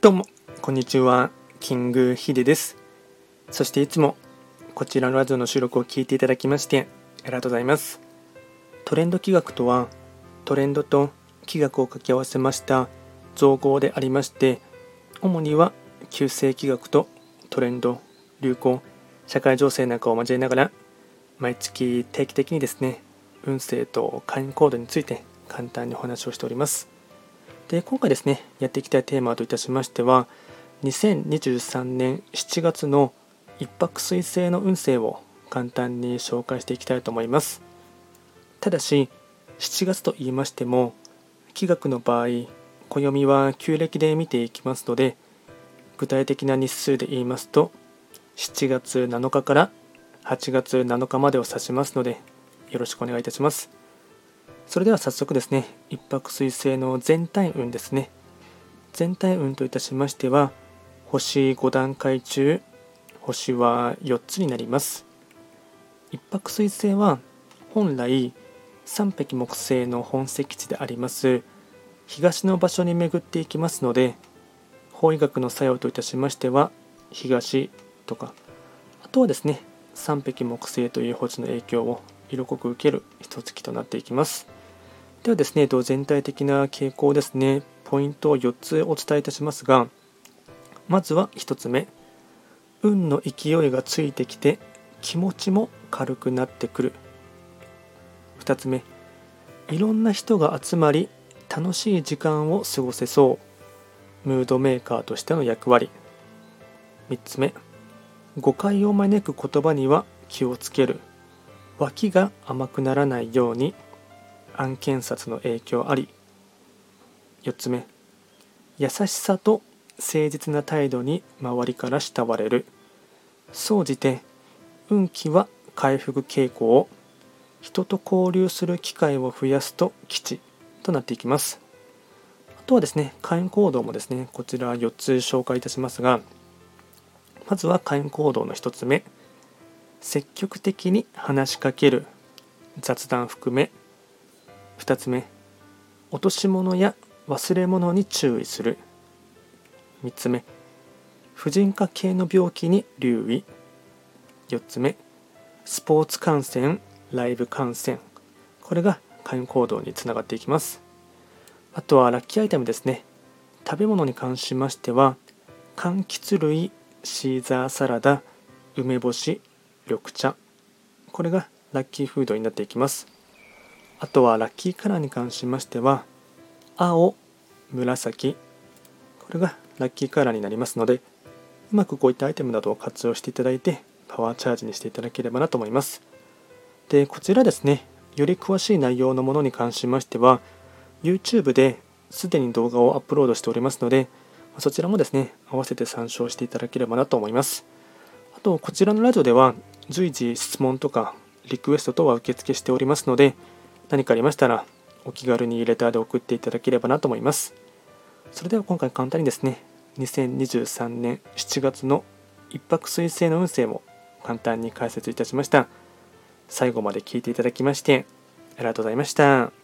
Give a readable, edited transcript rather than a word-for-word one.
どうもこんにちは、キングヒデです。そしていつもこちらのラジオの収録を聞いていただきましてありがとうございます。トレンド企画とは、トレンドと企画を掛け合わせました造語でありまして、主には旧世企画とトレンド、流行、社会情勢なんかを交えながら、毎月定期的にですね、運勢と会員行動について簡単にお話をしております。で、今回ですね、やっていきたいテーマといたしましては、2023年7月の一泊水星の運勢を簡単に紹介していきたいと思います。ただし、7月と言いましても、気学の場合、暦は旧暦で見ていきますので、具体的な日数で言いますと、7月7日から8月7日までを指しますので、よろしくお願いいたします。それでは早速ですね、一泊水星の全体運ですね。全体運といたしましては、星5段階中、星は4つになります。一泊水星は、本来、三匹木星の本石地であります、東の場所に巡っていきますので、法医学の作用といたしましては、東とか、あとはですね、三匹木星という星の影響を色濃く受ける一月となっていきます。ではですね、全体的な傾向ですね、ポイントを4つお伝えいたしますが、まずは1つ目、運の勢いがついてきて気持ちも軽くなってくる。2つ目、いろんな人が集まり楽しい時間を過ごせそう、ムードメーカーとしての役割。3つ目、誤解を招く言葉には気をつける。脇が甘くならないように案件札の影響あり。4つ目、優しさと誠実な態度に周りから慕われる。総じて運気は回復傾向、人と交流する機会を増やすと吉となっていきます。あとはですね、会員行動もですね、こちら4つ紹介いたしますが、まずは会員行動の1つ目、積極的に話しかける、雑談含め。2つ目、落とし物や忘れ物に注意する。3つ目、婦人科系の病気に留意。4つ目、スポーツ観戦、ライブ観戦。これが会員行動につながっていきます。あとはラッキーアイテムですね。食べ物に関しましては、柑橘類、シーザーサラダ、梅干し、緑茶。これがラッキーフードになっていきます。あとはラッキーカラーに関しましては、青、紫。これがラッキーカラーになりますので、うまくこういったアイテムなどを活用していただいて、パワーチャージにしていただければなと思います。で、こちらですね、より詳しい内容のものに関しましては、YouTube ですでに動画をアップロードしておりますので、そちらもですね、合わせて参照していただければなと思います。あと、こちらのラジオでは、随時質問とかリクエスト等は受付しておりますので、何かありましたら、お気軽にレターで送っていただければなと思います。それでは今回簡単にですね、2023年7月の一泊水星の運勢も簡単に解説いたしました。最後まで聞いていただきましてありがとうございました。